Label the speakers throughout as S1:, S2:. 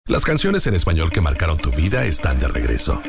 S1: Las canciones en español que marcaron tu vida están de regreso.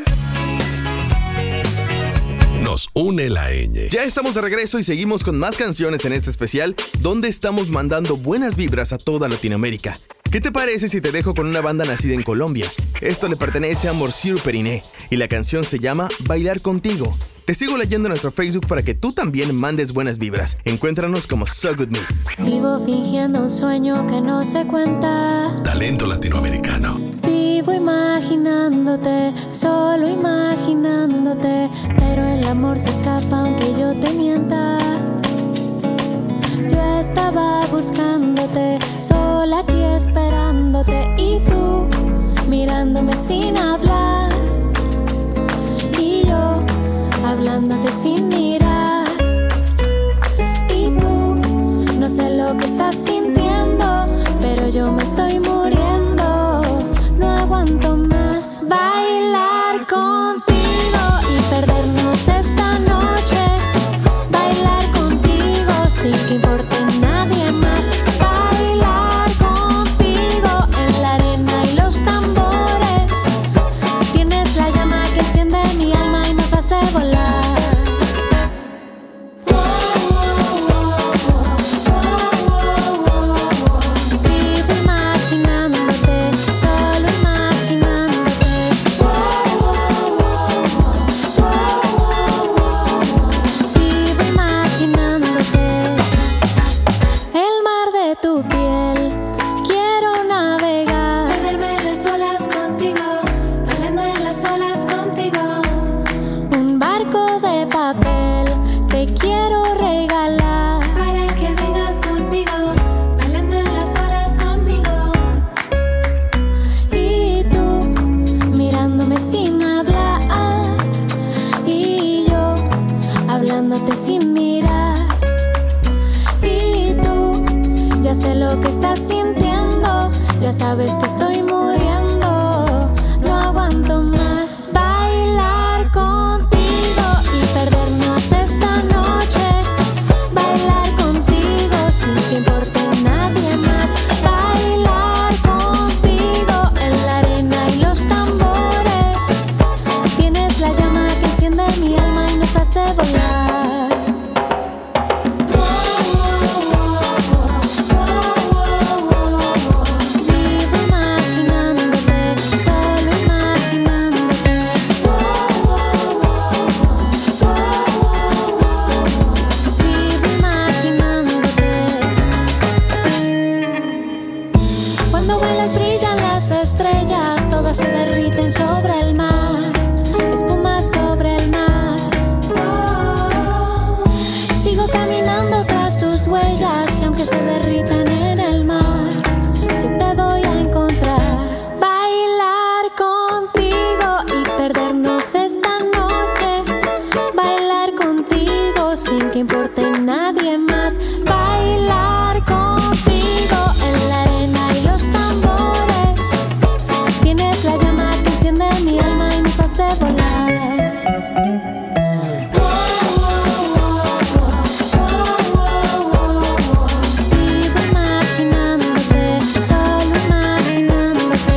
S1: Nos une la ñ.
S2: Ya estamos de regreso y seguimos con más canciones en este especial, donde estamos mandando buenas vibras a toda Latinoamérica. ¿Qué te parece si te dejo con una banda nacida en Colombia? Esto le pertenece a Morsiu Periné y la canción se llama Bailar Contigo. Te sigo leyendo en nuestro Facebook para que tú también mandes buenas vibras. Encuéntranos como So Good Me.
S3: Vivo fingiendo un sueño que no se cuenta.
S1: Talento latinoamericano.
S3: Vivo imaginándote, solo imaginándote, pero el amor se escapa aunque yo te mienta. Yo estaba buscándote, sola aquí esperándote, y tú mirándome sin hablar, y yo hablándote sin mirar. Y tú, no sé lo que estás sintiendo, pero yo me estoy muriendo. No aguanto más bailar contigo y perdernos esta noche. Bailar contigo sin que importe nadie más. Bailar contigo en la arena y los tambores. Tienes la llama que enciende mi alma y nos hace volar. Sin mirar, y tú ya sé lo que estás sintiendo, ya sabes que estoy muriendo. No aguanto más bailar contigo y perdernos esta noche. Bailar contigo sin que importe nadie más. Bailar contigo en la arena y los tambores. Tienes la llama que enciende mi alma y nos hace volar. Se derriten sobre el mar, espuma sobre el mar. Sigo caminando tras tus huellas y aunque se derritan en el mar, yo te voy a encontrar. Bailar contigo y perdernos esta noche. Bailar contigo sin que importe nadie más. Bailar contigo en la arena y los tambores. Tienes la llama que enciende mi alma y nos hace volar. Vivo imaginándote, solo imaginándote.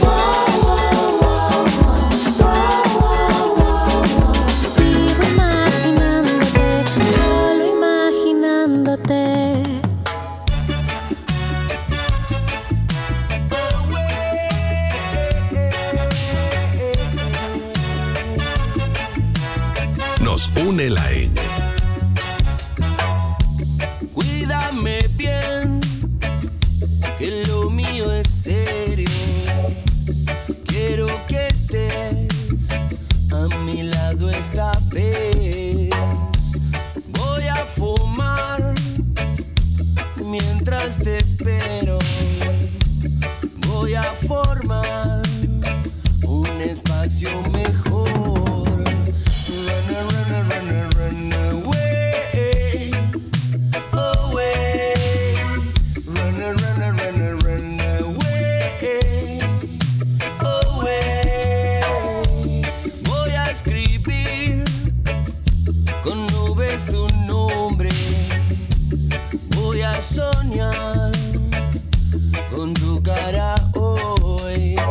S3: Vivo imaginándote, solo imaginándote.
S1: Nos une la ñ.
S4: Cuídame bien, que lo mío es serio. Quiero que estés a mi lado esta vez. Voy a fumar mientras te espero. Voy a formar un espacio mejor. Run away, away. Run away, away. Voy a escribir con nubes tu nombre. Voy a soñar con tu cara hoy.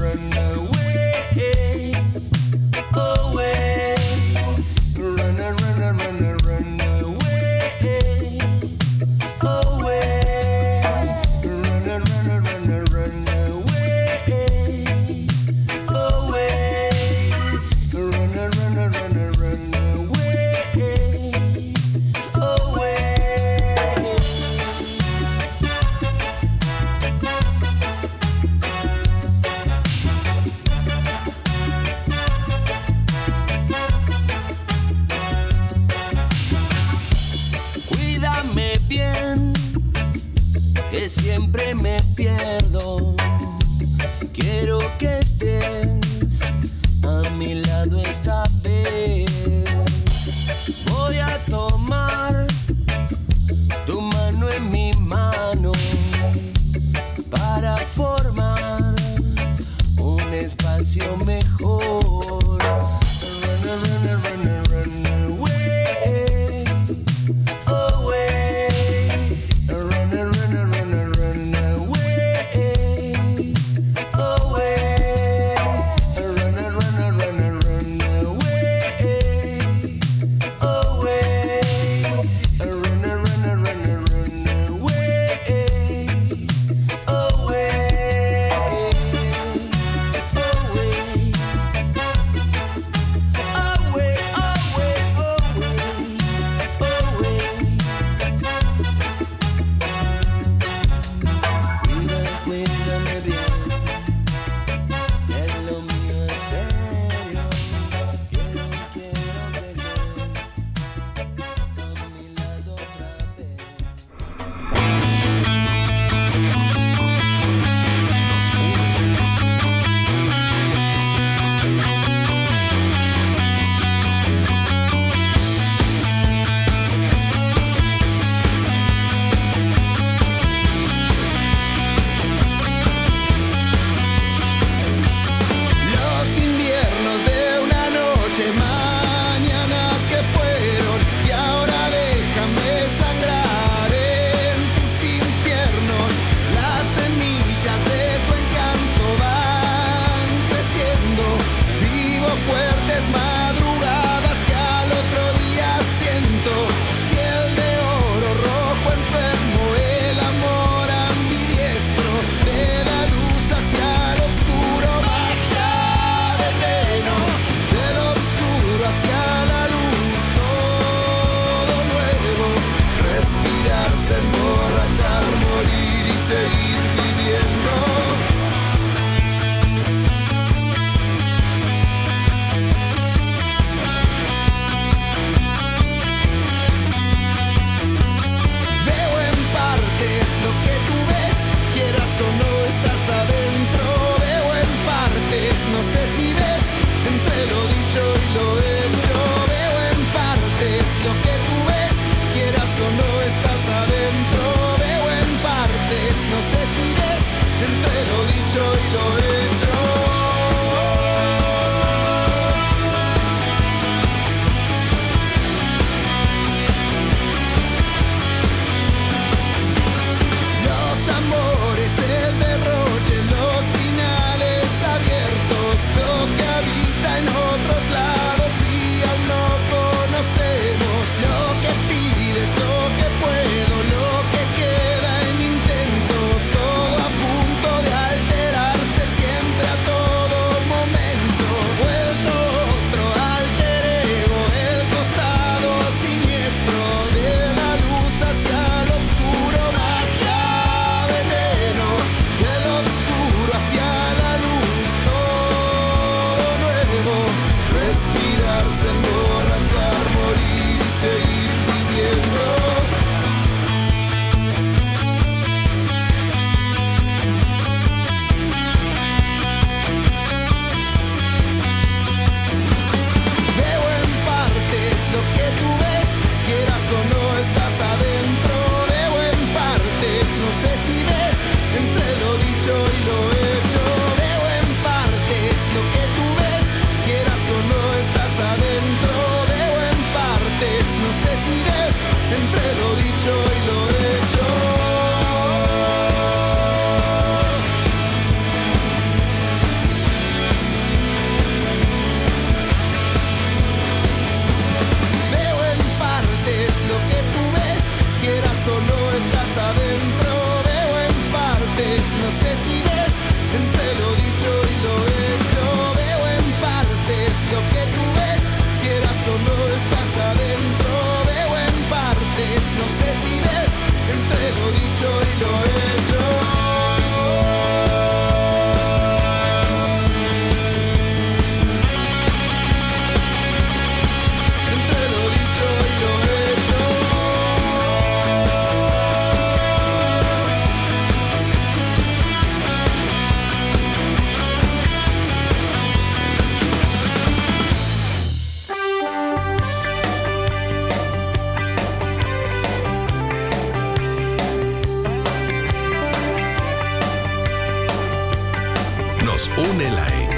S5: Siempre
S1: nos une la Ñ.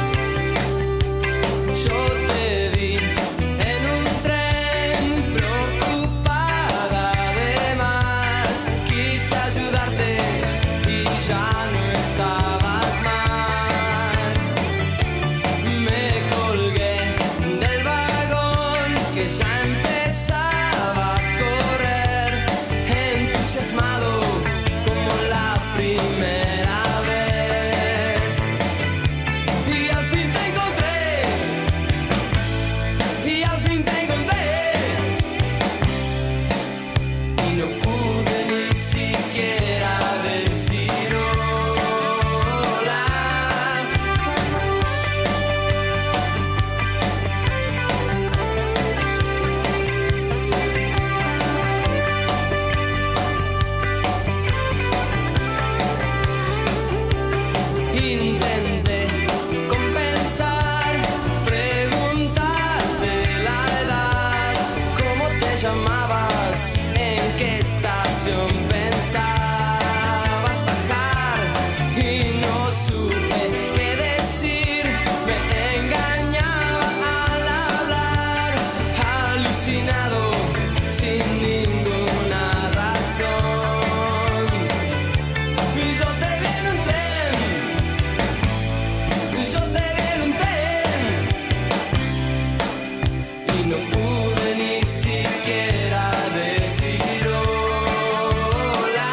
S4: Yo te vi en un tren, preocupada de más. Quise ayudarte y ya no estabas más. Me colgué del vagón que ya empezaba a correr, entusiasmado como la primera vez. Y al fin te encontré, y al fin te encontré, y no pude ni siquiera decir hola. Intenté compensar, preguntarte la edad, cómo te llamabas, en qué estación pensabas bajar, y no supe qué decir, me engañaba al hablar, alucinado sin ninguna razón. Y yo te vi en un tren, yo te vi en un tren, y no pude ni siquiera decir hola.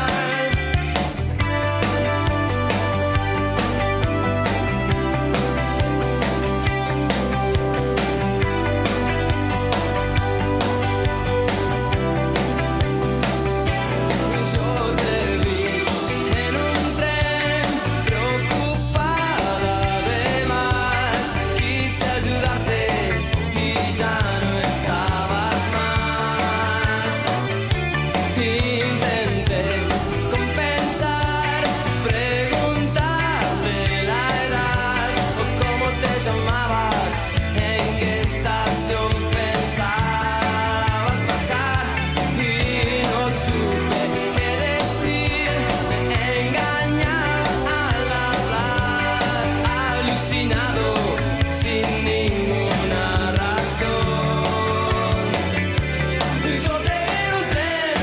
S4: Yo te vi en un tren, preocupada de más. Quise ayudarte y ya no estabas más. Intenté compensar, preguntarte la edad, o cómo te llamabas, en qué estación pensabas bajar, y no supe qué decir, me engañaba al hablar, alucinado sin ninguna razón. Yo te vi en un tren,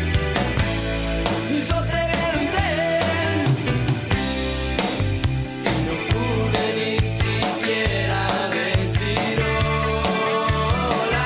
S4: yo te vi en un tren, y no pude ni siquiera decir hola.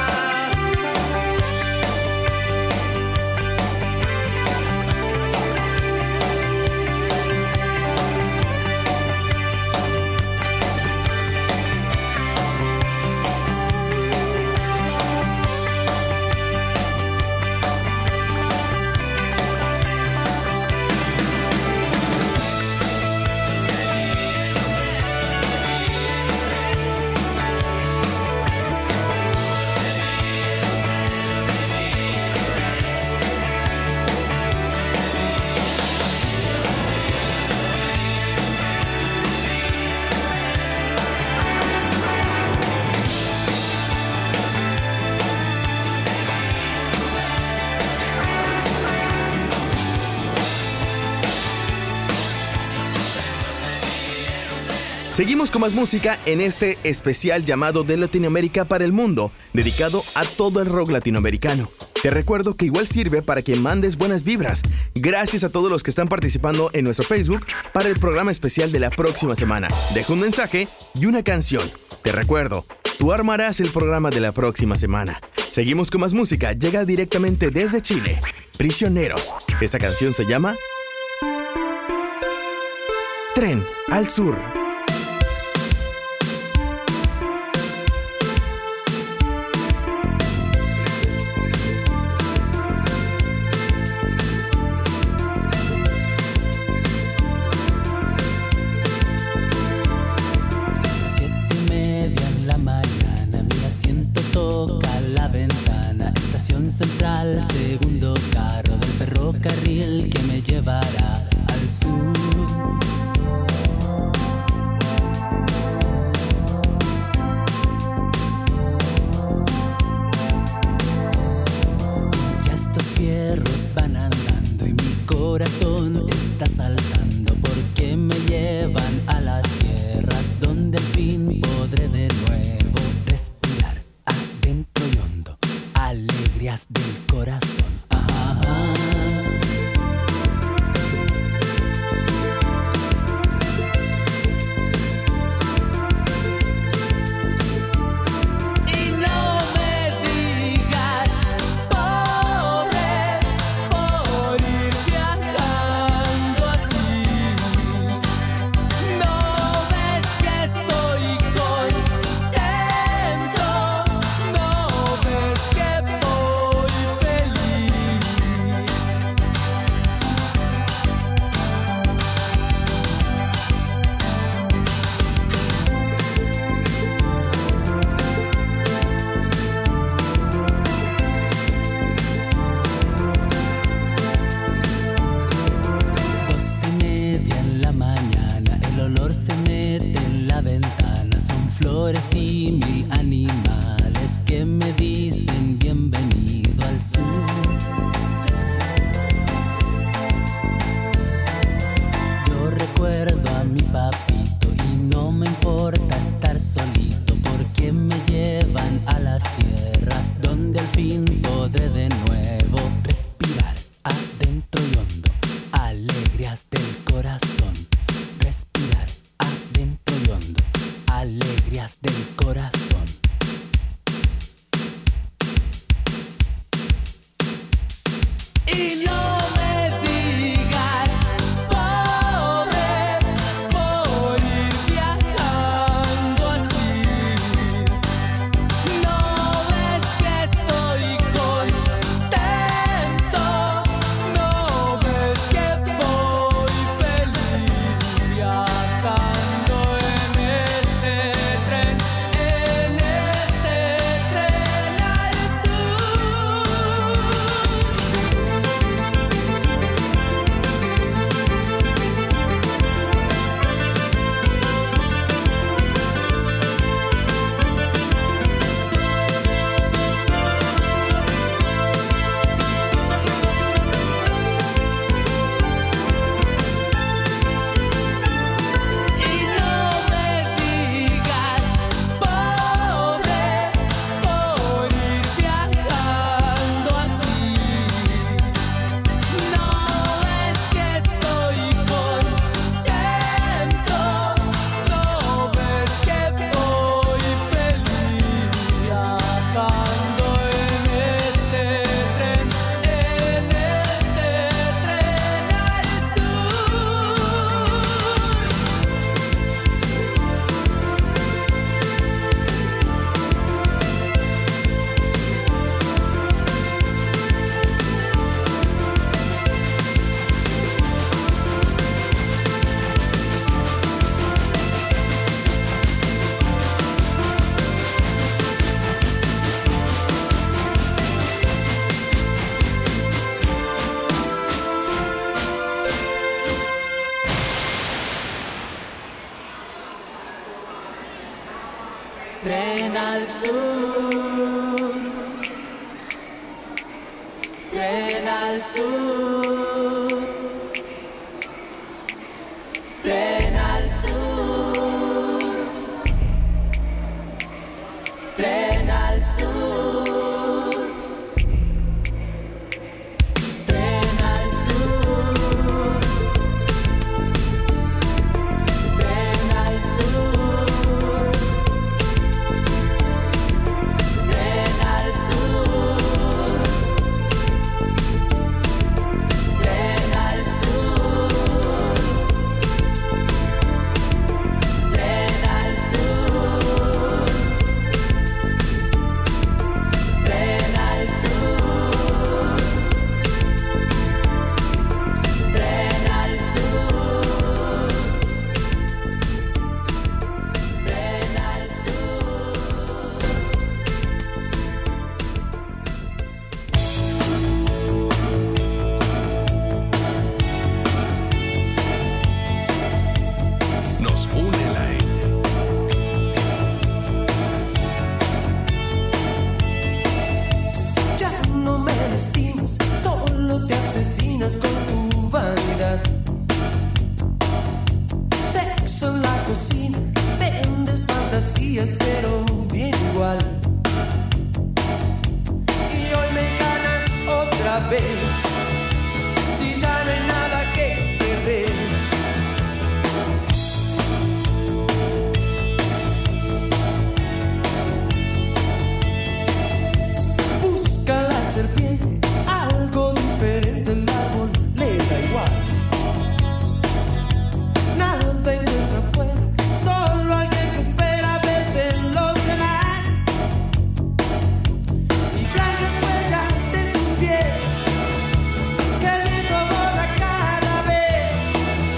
S2: Seguimos con más música en este especial llamado de Latinoamérica para el Mundo, dedicado a todo el rock latinoamericano. Te recuerdo que igual sirve para que mandes buenas vibras. Gracias a todos los que están participando en nuestro Facebook para el programa especial de la próxima semana. Deja un mensaje y una canción. Te recuerdo, tú armarás el programa de la próxima semana. Seguimos con más música, llega directamente desde Chile. Prisioneros. Esta canción se llama Tren al Sur.
S5: Central, segundo carro del ferrocarril que me llevará al sur. Ya estos fierros van andando y mi corazón está saltando porque me lleva olor se mete en la ventana, son flores y mil animales que me dicen bienvenido al sur. Yo recuerdo a mi papito y no me importa estar solito, porque me llevan a las tierras donde al fin podré de nuevo respirar adentro y hondo, alegrías del corazón. Respirar adentro y hondo, alegrías del corazón. Y no me digas, pobre, por ir viajando así. No ves que estoy contento, no ves que voy feliz viajando en este tren al sur. Y no me digas, pobre, por ir viajando así. No es que estoy contento, no ves que voy feliz viajando en este tren al tren al sur, tren al sur, tren al sur, tren al sur, tren al sur, tren al sur. Tren al sur, tren al sur, tren al sur, tren al sur, tren al sur, tren al
S1: Nos une la ñ.
S6: Ya no me lastimas, solo te asesinas con tu vanidad. Sexo en la cocina, vendes fantasías, pero bien igual. Y hoy me ganas otra vez, si ya no hay nada que perder. Busca la serpiente, algo diferente, el árbol le da igual. Nada encuentra afuera, solo alguien que espera verse en los demás. Y blancas huellas de tus pies, que el viento borra cada vez.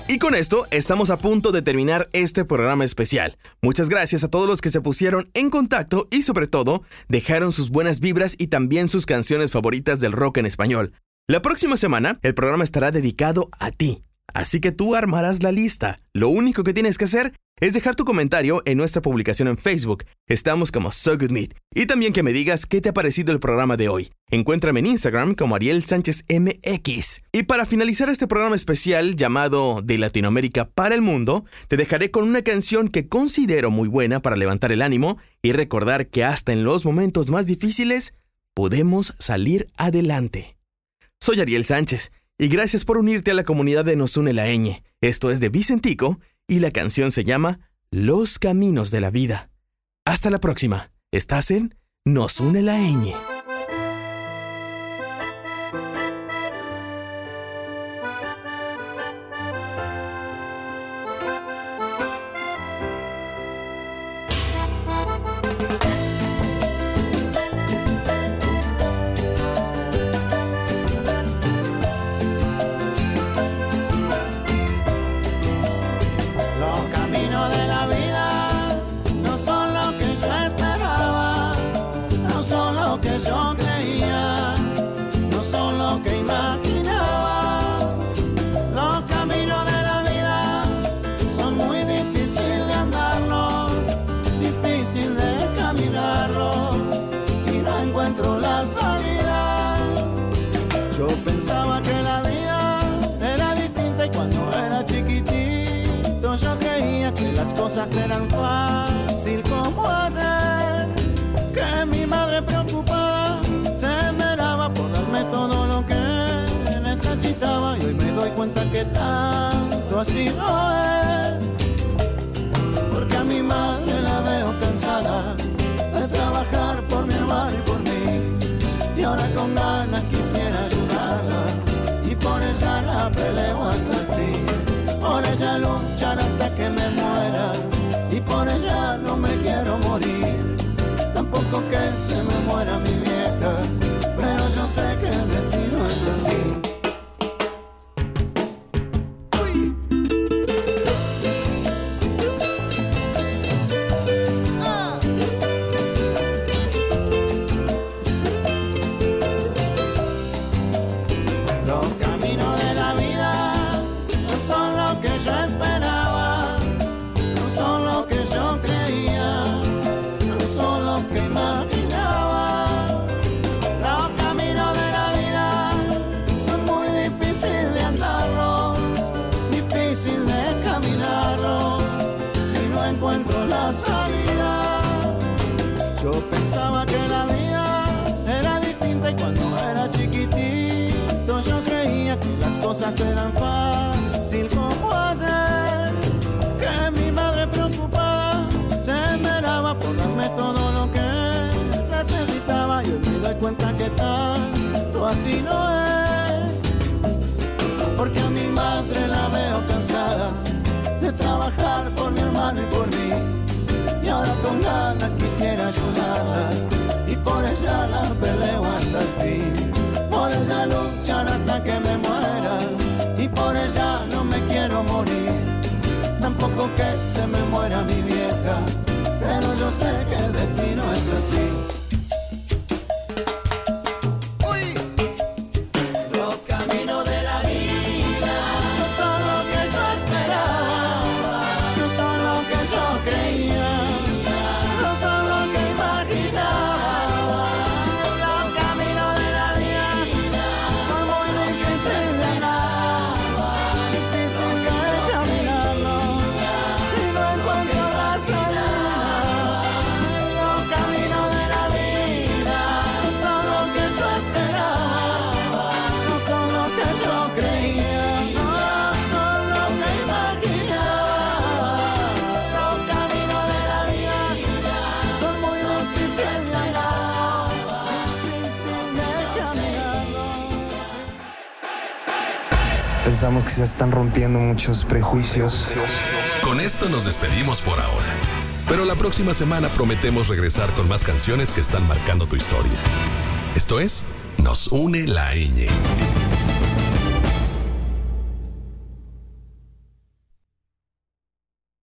S2: Y con esto estamos a punto de terminar este programa especial. Muchas gracias a todos los que se pusieron en contacto y sobre todo dejaron sus buenas vibras y también sus canciones favoritas del rock en español. La próxima semana el programa estará dedicado a ti, así que tú armarás la lista. Lo único que tienes que hacer es dejar tu comentario en nuestra publicación en Facebook. Estamos como So Good Meat. Y también que me digas qué te ha parecido el programa de hoy. Encuéntrame en Instagram como Ariel Sánchez MX. Y para finalizar este programa especial llamado De Latinoamérica para el Mundo, te dejaré con una canción que considero muy buena para levantar el ánimo y recordar que hasta en los momentos más difíciles podemos salir adelante. Soy Ariel Sánchez y gracias por unirte a la comunidad de Nos Une la Ñ. Esto es de Vicentico y la canción se llama Los Caminos de la Vida. Hasta la próxima. Estás en Nos Une la Ñ.
S7: Eran fácil como hacer que mi madre preocupada se esmeraba por darme todo lo que necesitaba y hoy me doy cuenta que tanto así no es, porque a mi madre la veo cansada de trabajar por mi hermano y por mí y ahora con ganas quisiera ayudarla y por ella la peleo hasta el fin, por ella luchar hasta que me muera. Y por ella no me quiero morir, tampoco que se me muera mi vieja, pero yo sé que el destino es así. Los caminos de la vida no son lo que yo esperaba, no son lo que yo creía, no son lo que imaginaba. Los caminos de la vida son muy difíciles de andarlos, difícil de caminarlos y no encuentro la salida. Yo pensaba que la vida era distinta y cuando era chiquitito yo creía que las cosas eran fácil como hacer que mi madre preocupada se esmeraba por darme todo lo que necesitaba y hoy me doy cuenta que tanto así no es, porque a mi madre la veo cansada de trabajar por mi hermano y por mí y ahora con ganas quisiera ayudarla y por ella la peleo hasta el fin, por ella luchar hasta que me muera y por ella no me quiero morir, tampoco que se me muera mi vieja, pero yo sé que el destino es así. Los caminos de la vida no son lo que yo esperaba, no son lo que yo creía, no son lo que imaginaba. Los caminos de la vida son muy difíciles de andar, difícil de caminarlo y no encuentro la salida. Los caminos de la vida no son lo que yo esperaba, no son lo que yo creía, no son lo que imaginaba. Los caminos de la vida son muy difíciles de andar, difícil de caminarlo.
S8: Pensamos que se están rompiendo muchos prejuicios.
S1: Con esto nos despedimos por ahora. Pero la próxima semana prometemos regresar con más canciones que están marcando tu historia. Esto es Nos Une la Ñ.